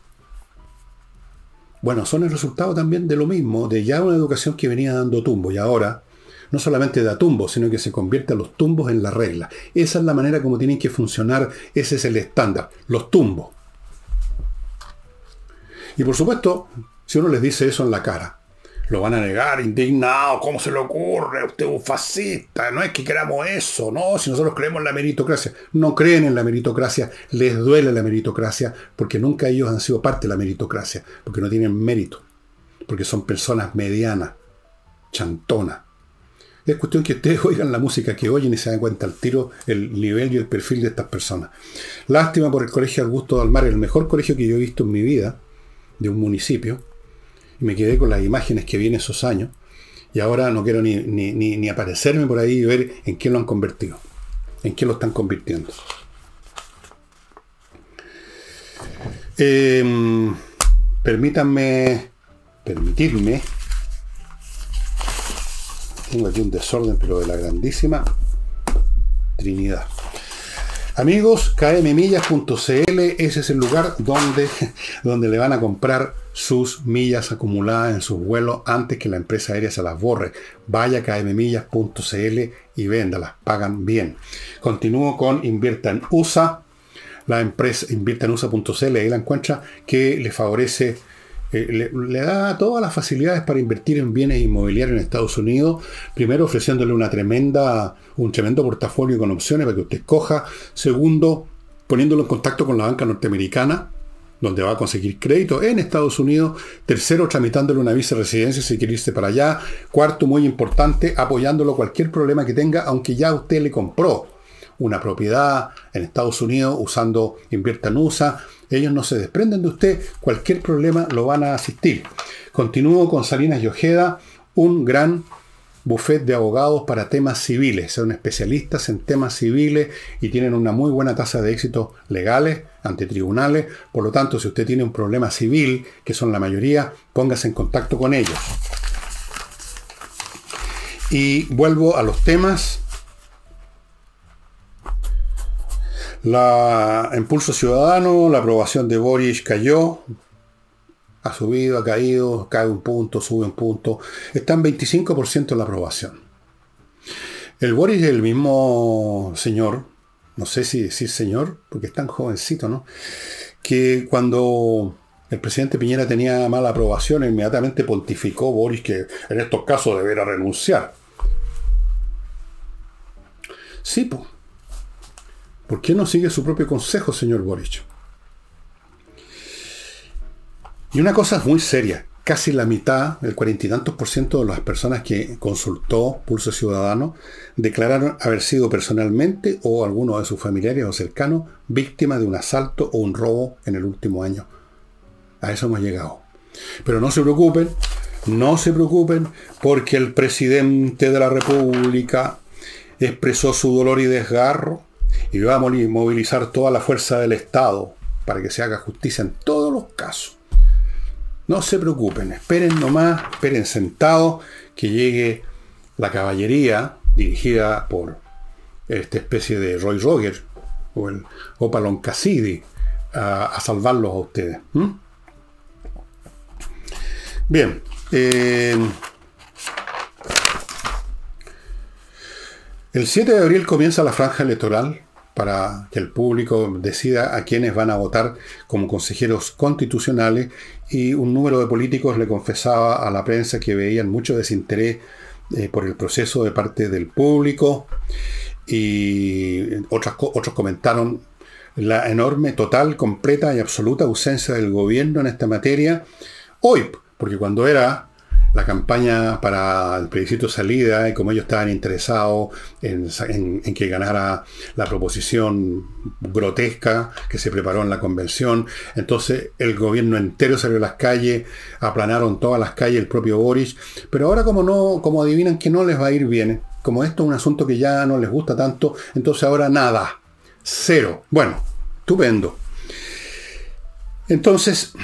Bueno, son el resultado también de lo mismo, de ya una educación que venía dando tumbo, y ahora no solamente da tumbos, sino que se convierte a los tumbos en la regla. Esa es la manera como tienen que funcionar, ese es el estándar, los tumbos. Y por supuesto, si uno les dice eso en la cara, lo van a negar, indignado, ¿cómo se le ocurre? Usted es un fascista, no es que queramos eso, no, si nosotros creemos en la meritocracia. No creen en la meritocracia, les duele la meritocracia, porque nunca ellos han sido parte de la meritocracia, porque no tienen mérito, porque son personas medianas, chantonas. Es cuestión que ustedes oigan la música que oyen y se dan cuenta al tiro el nivel y el perfil de estas personas. Lástima por el Colegio Augusto Dalmar, el mejor colegio que yo he visto en mi vida, de un municipio, y me quedé con las imágenes que vi en esos años, y ahora no quiero ni, ni, ni, ni aparecerme por ahí y ver en qué lo han convertido, en qué lo están convirtiendo. Eh, permítanme, permitirme, tengo aquí un desorden, pero de la grandísima Trinidad. Amigos, k m millas punto c l, ese es el lugar donde, donde le van a comprar sus millas acumuladas en sus vuelos antes que la empresa aérea se las borre. Vaya a k m millas punto c l y véndalas, pagan bien. Continúo con Invierta en U S A, la empresa invierta en U S A punto c l, ahí la encuentra, que le favorece, eh, le, le da todas las facilidades para invertir en bienes inmobiliarios en Estados Unidos. Primero, ofreciéndole una tremenda, un tremendo portafolio con opciones para que usted escoja. Segundo, poniéndolo en contacto con la banca norteamericana, donde va a conseguir crédito en Estados Unidos. Tercero, tramitándole una visa de residencia si quiere irse para allá. Cuarto, muy importante, apoyándolo cualquier problema que tenga, aunque ya usted le compró una propiedad en Estados Unidos usando Invierta en U S A. Ellos no se desprenden de usted, cualquier problema lo van a asistir. Continúo con Salinas y Ojeda, un gran buffet de abogados para temas civiles. Son especialistas en temas civiles y tienen una muy buena tasa de éxito legales ante tribunales. Por lo tanto, si usted tiene un problema civil, que son la mayoría, póngase en contacto con ellos. Y vuelvo a los temas. La Impulso Ciudadano, la aprobación de Boric cayó, ha subido, ha caído, cae un punto, sube un punto, está en veinticinco por ciento la aprobación. El Boric es el mismo señor, no sé si decir señor, porque es tan jovencito, ¿no? Que cuando el presidente Piñera tenía mala aprobación, inmediatamente pontificó Boric que en estos casos deberá renunciar. Sí, pues. ¿Por qué no sigue su propio consejo, señor Boric? Y una cosa muy seria, casi la mitad, el cuarenta y tantos por ciento de las personas que consultó Pulso Ciudadano declararon haber sido personalmente o alguno de sus familiares o cercanos víctimas de un asalto o un robo en el último año. A eso hemos llegado. Pero no se preocupen, no se preocupen, porque el presidente de la República expresó su dolor y desgarro y va a movilizar toda la fuerza del Estado para que se haga justicia en todos los casos. No se preocupen, esperen nomás, esperen sentados que llegue la caballería dirigida por esta especie de Roy Roger o el Opalon Cassidy a, a salvarlos a ustedes. ¿Mm? Bien. Eh, el siete de abril comienza la franja electoral para que el público decida a quienes van a votar como consejeros constitucionales, y un número de políticos le confesaba a la prensa que veían mucho desinterés eh, por el proceso de parte del público, y otras, otros comentaron la enorme, total, completa y absoluta ausencia del gobierno en esta materia hoy, porque cuando era la campaña para el plebiscito de salida, y como ellos estaban interesados en, en, en que ganara la proposición grotesca que se preparó en la convención, entonces el gobierno entero salió a las calles, aplanaron todas las calles el propio Boris, pero ahora como no, como adivinan que no les va a ir bien, como esto es un asunto que ya no les gusta tanto, entonces ahora nada, cero. Bueno, estupendo. Entonces,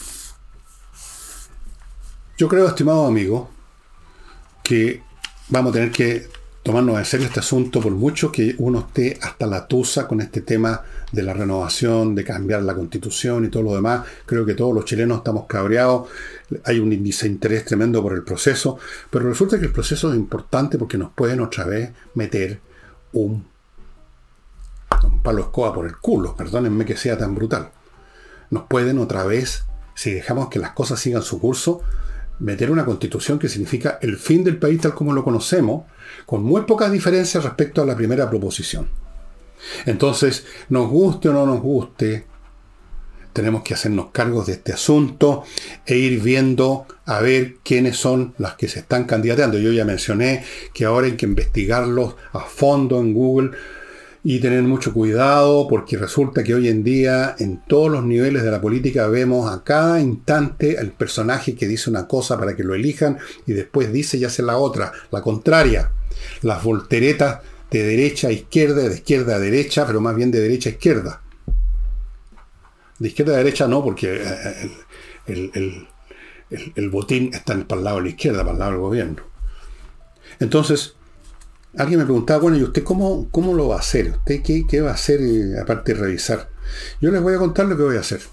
yo creo, estimado amigo, que vamos a tener que tomarnos en serio este asunto, por mucho que uno esté hasta la tusa con este tema de la renovación, de cambiar la Constitución y todo lo demás. Creo que todos los chilenos estamos cabreados, hay un índice de interés tremendo por el proceso, pero resulta que el proceso es importante porque nos pueden otra vez meter un, un palo escoba por el culo, perdónenme que sea tan brutal. Nos pueden otra vez, si dejamos que las cosas sigan su curso, meter una constitución que significa el fin del país tal como lo conocemos, con muy pocas diferencias respecto a la primera proposición. Entonces, nos guste o no nos guste, tenemos que hacernos cargos de este asunto e ir viendo a ver quiénes son las que se están candidateando. Yo ya mencioné que ahora hay que investigarlos a fondo en Google y tener mucho cuidado, porque resulta que hoy en día en todos los niveles de la política vemos a cada instante el personaje que dice una cosa para que lo elijan y después dice y hace la otra, la contraria. Las volteretas de derecha a izquierda, de izquierda a derecha, pero más bien de derecha a izquierda. De izquierda a derecha no, porque el, el, el, el, el botín está para el lado de la izquierda, para el lado del gobierno. Entonces, alguien me preguntaba, bueno, ¿y usted cómo, cómo lo va a hacer? ¿Usted qué, qué va a hacer eh, aparte de revisar? Yo les voy a contar lo que voy a hacer.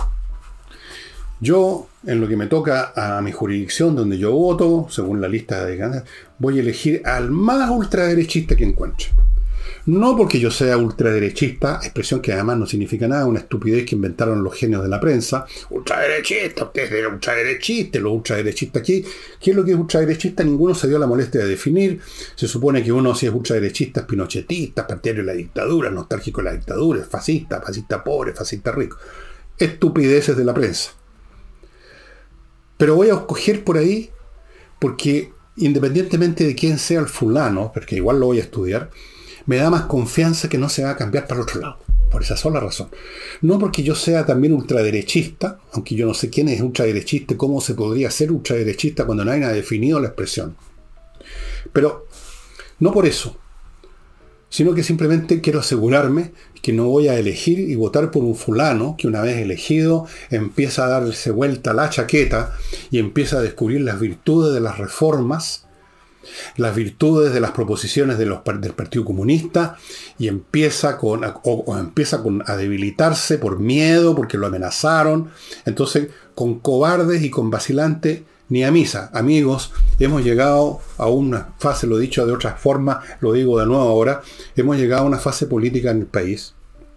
Yo, en lo que me toca a mi jurisdicción, donde yo voto, según la lista de ganas, voy a elegir al más ultraderechista que encuentre. No porque yo sea ultraderechista, expresión que además no significa nada, una estupidez que inventaron los genios de la prensa. Ultraderechista, usted es ultraderechista, los ultraderechistas aquí. ¿Qué es lo que es ultraderechista? Ninguno se dio la molestia de definir. Se supone que uno, si es ultraderechista, es pinochetista, partidario de la dictadura, nostálgico de la dictadura, es fascista, fascista pobre, fascista rico. Estupideces de la prensa. Pero voy a escoger por ahí porque, independientemente de quién sea el fulano, porque igual lo voy a estudiar, me da más confianza que no se va a cambiar para otro lado. Por esa sola razón. No porque yo sea también ultraderechista, aunque yo no sé quién es ultraderechista y cómo se podría ser ultraderechista cuando nadie ha definido la expresión. Pero no por eso, sino que simplemente quiero asegurarme que no voy a elegir y votar por un fulano que una vez elegido empieza a darse vuelta la chaqueta y empieza a descubrir las virtudes de las reformas, las virtudes de las proposiciones de los, del Partido Comunista, y empieza, con, o, o empieza con, a debilitarse por miedo, porque lo amenazaron. Entonces, con cobardes y con vacilantes, ni a misa. Amigos, hemos llegado a una fase, lo he dicho de otras formas, lo digo de nuevo ahora, hemos llegado a una fase política en el país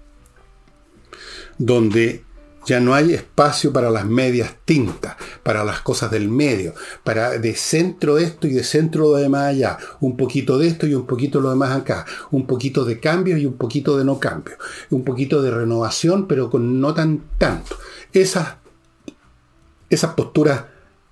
donde ya no hay espacio para las medias tintas, para las cosas del medio, para de centro de esto y de centro de más allá, un poquito de esto y un poquito lo demás acá, un poquito de cambio y un poquito de no cambio, un poquito de renovación, pero con no tan tanto. Esas, esas posturas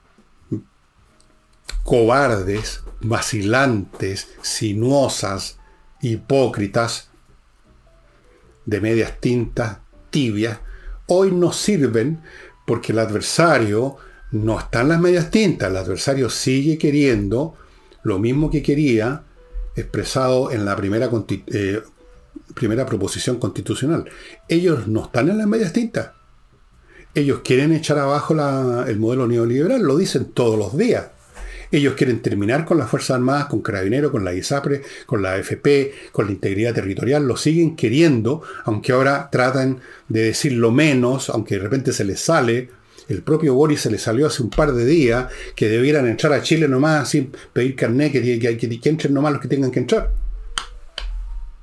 cobardes, vacilantes, sinuosas, hipócritas, de medias tintas, tibias, hoy no sirven porque el adversario no está en las medias tintas. El adversario sigue queriendo lo mismo que quería expresado en la primera, eh, primera proposición constitucional. Ellos no están en las medias tintas. Ellos quieren echar abajo la, el modelo neoliberal, lo dicen todos los días. Ellos quieren terminar con las Fuerzas Armadas, con Carabineros, con la ISAPRE, con la A F P, con la integridad territorial. Lo siguen queriendo, aunque ahora tratan de decirlo menos, aunque de repente se les sale. El propio Boris se le salió hace un par de días que debieran entrar a Chile nomás sin pedir carnet, que, que, que, que entren nomás los que tengan que entrar.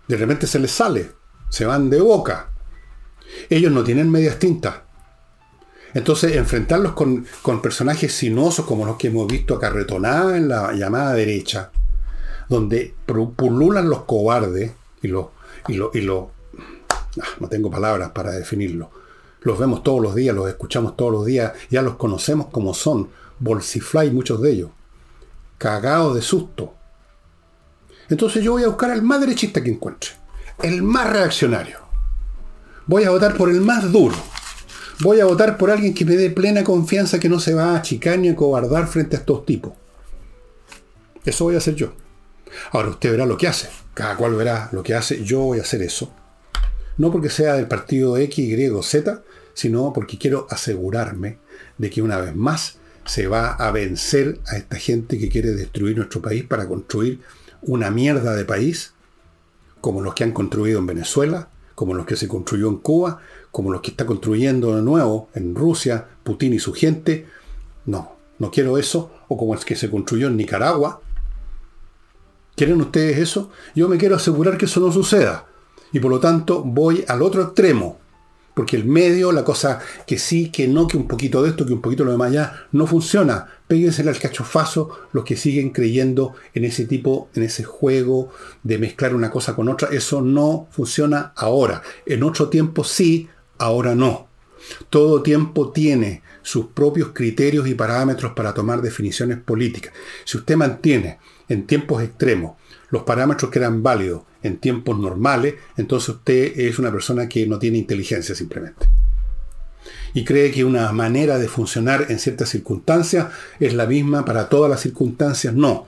De repente se les sale, se van de boca. Ellos no tienen medias tintas. Entonces, enfrentarlos con, con personajes sinuosos como los que hemos visto acarretonados en la llamada derecha, donde pululan los cobardes y los... Y lo, y lo, ah, no tengo palabras para definirlo. Los vemos todos los días, los escuchamos todos los días, ya los conocemos como son. Bolsifly, muchos de ellos. Cagados de susto. Entonces yo voy a buscar al más derechista que encuentre. El más reaccionario. Voy a votar por el más duro. Voy a votar por alguien que me dé plena confianza que no se va a achicar ni a cobardar frente a estos tipos. Eso voy a hacer yo. Ahora usted verá lo que hace. Cada cual verá lo que hace. Yo voy a hacer eso. No porque sea del partido X, Y o Z, sino porque quiero asegurarme de que una vez más se va a vencer a esta gente que quiere destruir nuestro país para construir una mierda de país, como los que han construido en Venezuela, como los que se construyó en Cuba, como los que está construyendo de nuevo en Rusia, Putin y su gente. No, no quiero eso. O como el que se construyó en Nicaragua. ¿Quieren ustedes eso? Yo me quiero asegurar que eso no suceda. Y por lo tanto voy al otro extremo. Porque el medio, la cosa que sí, que no, que un poquito de esto, que un poquito de lo demás ya, no funciona. Péguensela al cachofazo los que siguen creyendo en ese tipo, en ese juego de mezclar una cosa con otra. Eso no funciona ahora. En otro tiempo sí, ahora no. Todo tiempo tiene sus propios criterios y parámetros para tomar definiciones políticas. Si usted mantiene en tiempos extremos los parámetros que eran válidos en tiempos normales, entonces usted es una persona que no tiene inteligencia simplemente. Y cree que una manera de funcionar en ciertas circunstancias es la misma para todas las circunstancias. No.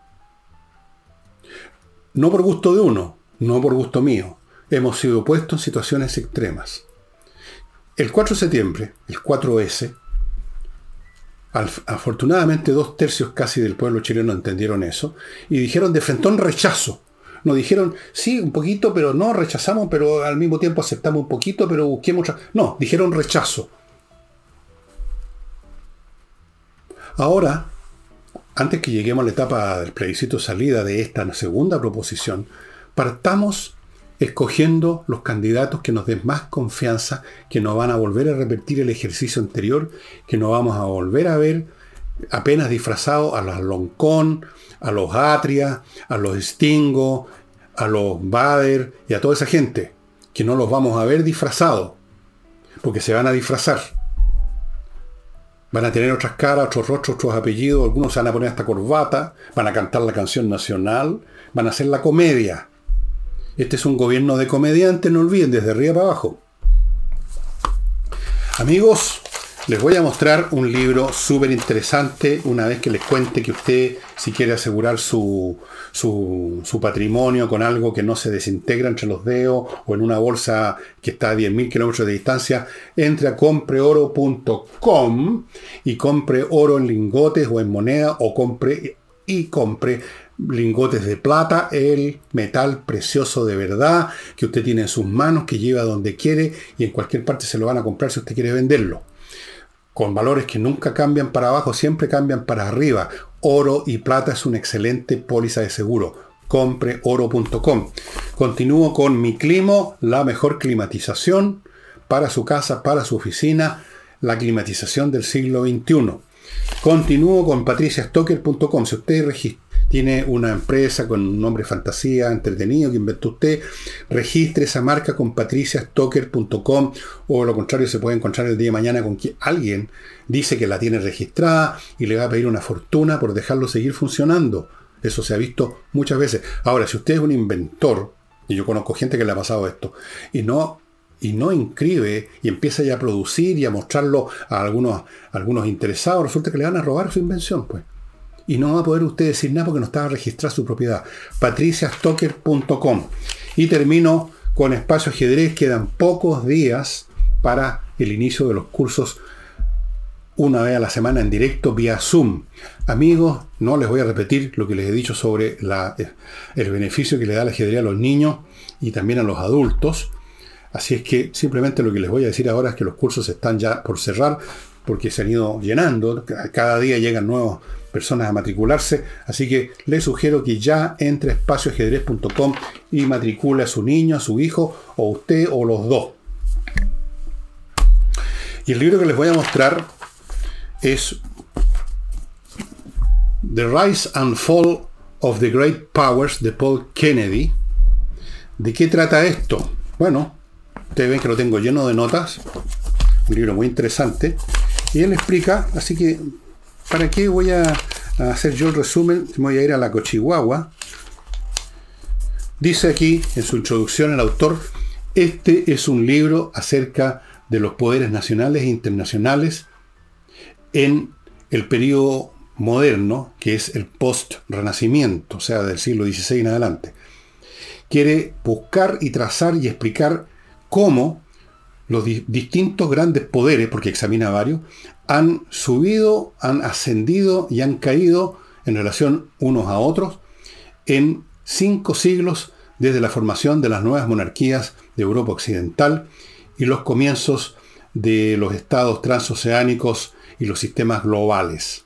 No por gusto de uno, no por gusto mío. Hemos sido puestos en situaciones extremas. El cuatro de septiembre, el cuatro ese, afortunadamente dos tercios casi del pueblo chileno entendieron eso y dijeron de frentón rechazo. No dijeron, sí, un poquito, pero no, rechazamos, pero al mismo tiempo aceptamos un poquito, pero busquemos otra. No, dijeron rechazo. Ahora, antes que lleguemos a la etapa del plebiscito salida de esta segunda proposición, partamos escogiendo los candidatos que nos den más confianza, que no van a volver a repetir el ejercicio anterior, que no vamos a volver a ver apenas disfrazados a los Loncón, a los Atria, a los Stingo, a los Bader y a toda esa gente, que no los vamos a ver disfrazados, porque se van a disfrazar. Van a tener otras caras, otros rostros, otros apellidos, algunos se van a poner hasta corbata, van a cantar la canción nacional, van a hacer la comedia. Este es un gobierno de comediantes, no olviden, desde arriba para abajo. Amigos, les voy a mostrar un libro súper interesante una vez que les cuente que usted, si quiere asegurar su, su, su patrimonio con algo que no se desintegra entre los dedos o en una bolsa que está a diez mil kilómetros de distancia, entre a compre oro punto com y compre oro en lingotes o en moneda o compre y compre lingotes de plata, el metal precioso de verdad que usted tiene en sus manos, que lleva donde quiere y en cualquier parte se lo van a comprar si usted quiere venderlo. Con valores que nunca cambian para abajo, siempre cambian para arriba. Oro y plata es una excelente póliza de seguro. compre oro punto com. Continúo con Mi Climo, la mejor climatización para su casa, para su oficina, la climatización del siglo veintiuno. Continúo con patricia stocker punto com. Si usted registra tiene una empresa con un nombre fantasía, entretenido, que inventó usted, registre esa marca con patricia stocker punto com, o lo contrario se puede encontrar el día de mañana con que alguien dice que la tiene registrada y le va a pedir una fortuna por dejarlo seguir funcionando. Eso se ha visto muchas veces. Ahora, si usted es un inventor, y yo conozco gente que le ha pasado esto, y no, y no inscribe y empieza ya a producir y a mostrarlo a algunos, a algunos interesados, resulta que le van a robar su invención, pues. Y no va a poder usted decir nada porque no estaba registrada su propiedad. patricia stocker punto com. Y termino con Espacio Ajedrez. Quedan pocos días para el inicio de los cursos una vez a la semana en directo vía Zoom. Amigos, no les voy a repetir lo que les he dicho sobre la, el beneficio que le da el ajedrez a los niños y también a los adultos. Así es que simplemente lo que les voy a decir ahora es que los cursos están ya por cerrar. porque se han ido llenando, cada día llegan nuevas personas a matricularse, así que les sugiero que ya entre a espacio ajedrez punto com y matricule a su niño, a su hijo, o usted, o los dos. Y el libro que les voy a mostrar es The Rise and Fall of the Great Powers de Paul Kennedy. ¿De qué trata esto? Bueno, ustedes ven que lo tengo lleno de notas, un libro muy interesante, y él explica, así que ¿para qué voy a hacer yo el resumen? Me voy a ir a la Cochihuahua. Dice aquí en su introducción el autor: este es un libro acerca de los poderes nacionales e internacionales en el periodo moderno, que es el post-renacimiento, o sea, del siglo dieciséis en adelante. Quiere buscar y trazar y explicar cómo los di- distintos grandes poderes, porque examina varios, han subido, han ascendido y han caído en relación unos a otros en cinco siglos desde la formación de las nuevas monarquías de Europa Occidental y los comienzos de los estados transoceánicos y los sistemas globales.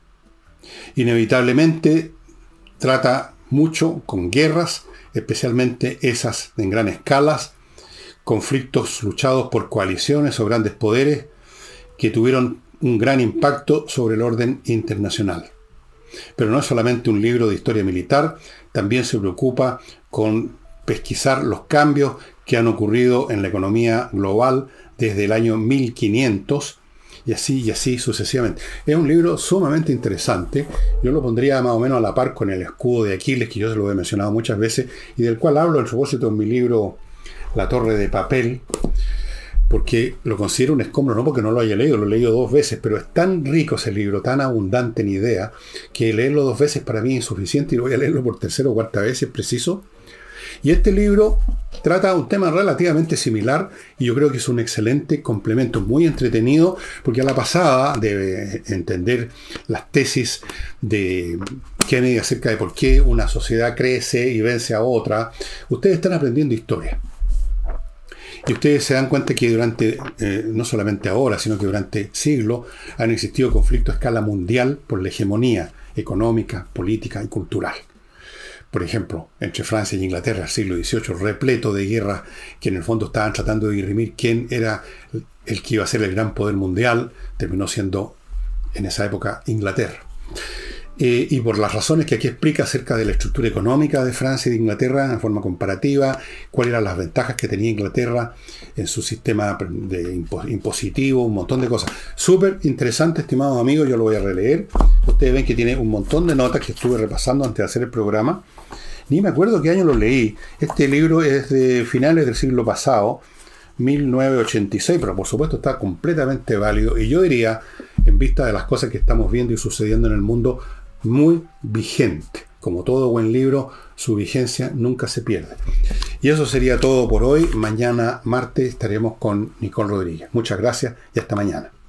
Inevitablemente trata mucho con guerras, especialmente esas en gran escala, conflictos luchados por coaliciones o grandes poderes que tuvieron un gran impacto sobre el orden internacional. Pero no es solamente un libro de historia militar, también se preocupa con pesquisar los cambios que han ocurrido en la economía global desde el año mil quinientos y así y así sucesivamente. Es un libro sumamente interesante. Yo lo pondría más o menos a la par con el escudo de Aquiles, que yo se lo he mencionado muchas veces y del cual hablo a propósito en mi libro La Torre de Papel, porque lo considero un escombro, no porque no lo haya leído, lo he leído dos veces, pero es tan rico ese libro, tan abundante en ideas, que leerlo dos veces para mí es insuficiente y lo voy a leerlo por tercera o cuarta vez si es preciso. Y este libro trata un tema relativamente similar y yo creo que es un excelente complemento, muy entretenido, porque a la pasada de entender las tesis de Kennedy acerca de por qué una sociedad crece y vence a otra, ustedes están aprendiendo historia. Y ustedes se dan cuenta que durante, eh, no solamente ahora, sino que durante siglos, han existido conflictos a escala mundial por la hegemonía económica, política y cultural. Por ejemplo, entre Francia y Inglaterra, el siglo dieciocho, repleto de guerras que en el fondo estaban tratando de dirimir quién era el que iba a ser el gran poder mundial, terminó siendo en esa época Inglaterra. Eh, y por las razones que aquí explica acerca de la estructura económica de Francia y de Inglaterra en forma comparativa, cuáles eran las ventajas que tenía Inglaterra en su sistema de impo- impositivo, un montón de cosas. Súper interesante, estimados amigos, yo lo voy a releer. Ustedes ven que tiene un montón de notas que estuve repasando antes de hacer el programa. Ni me acuerdo qué año lo leí. Este libro es de finales del siglo pasado, mil novecientos ochenta y seis, pero por supuesto está completamente válido. Y yo diría, en vista de las cosas que estamos viendo y sucediendo en el mundo, muy vigente. Como todo buen libro, su vigencia nunca se pierde. Y eso sería todo por hoy. Mañana martes estaremos con Nicole Rodríguez. Muchas gracias y hasta mañana.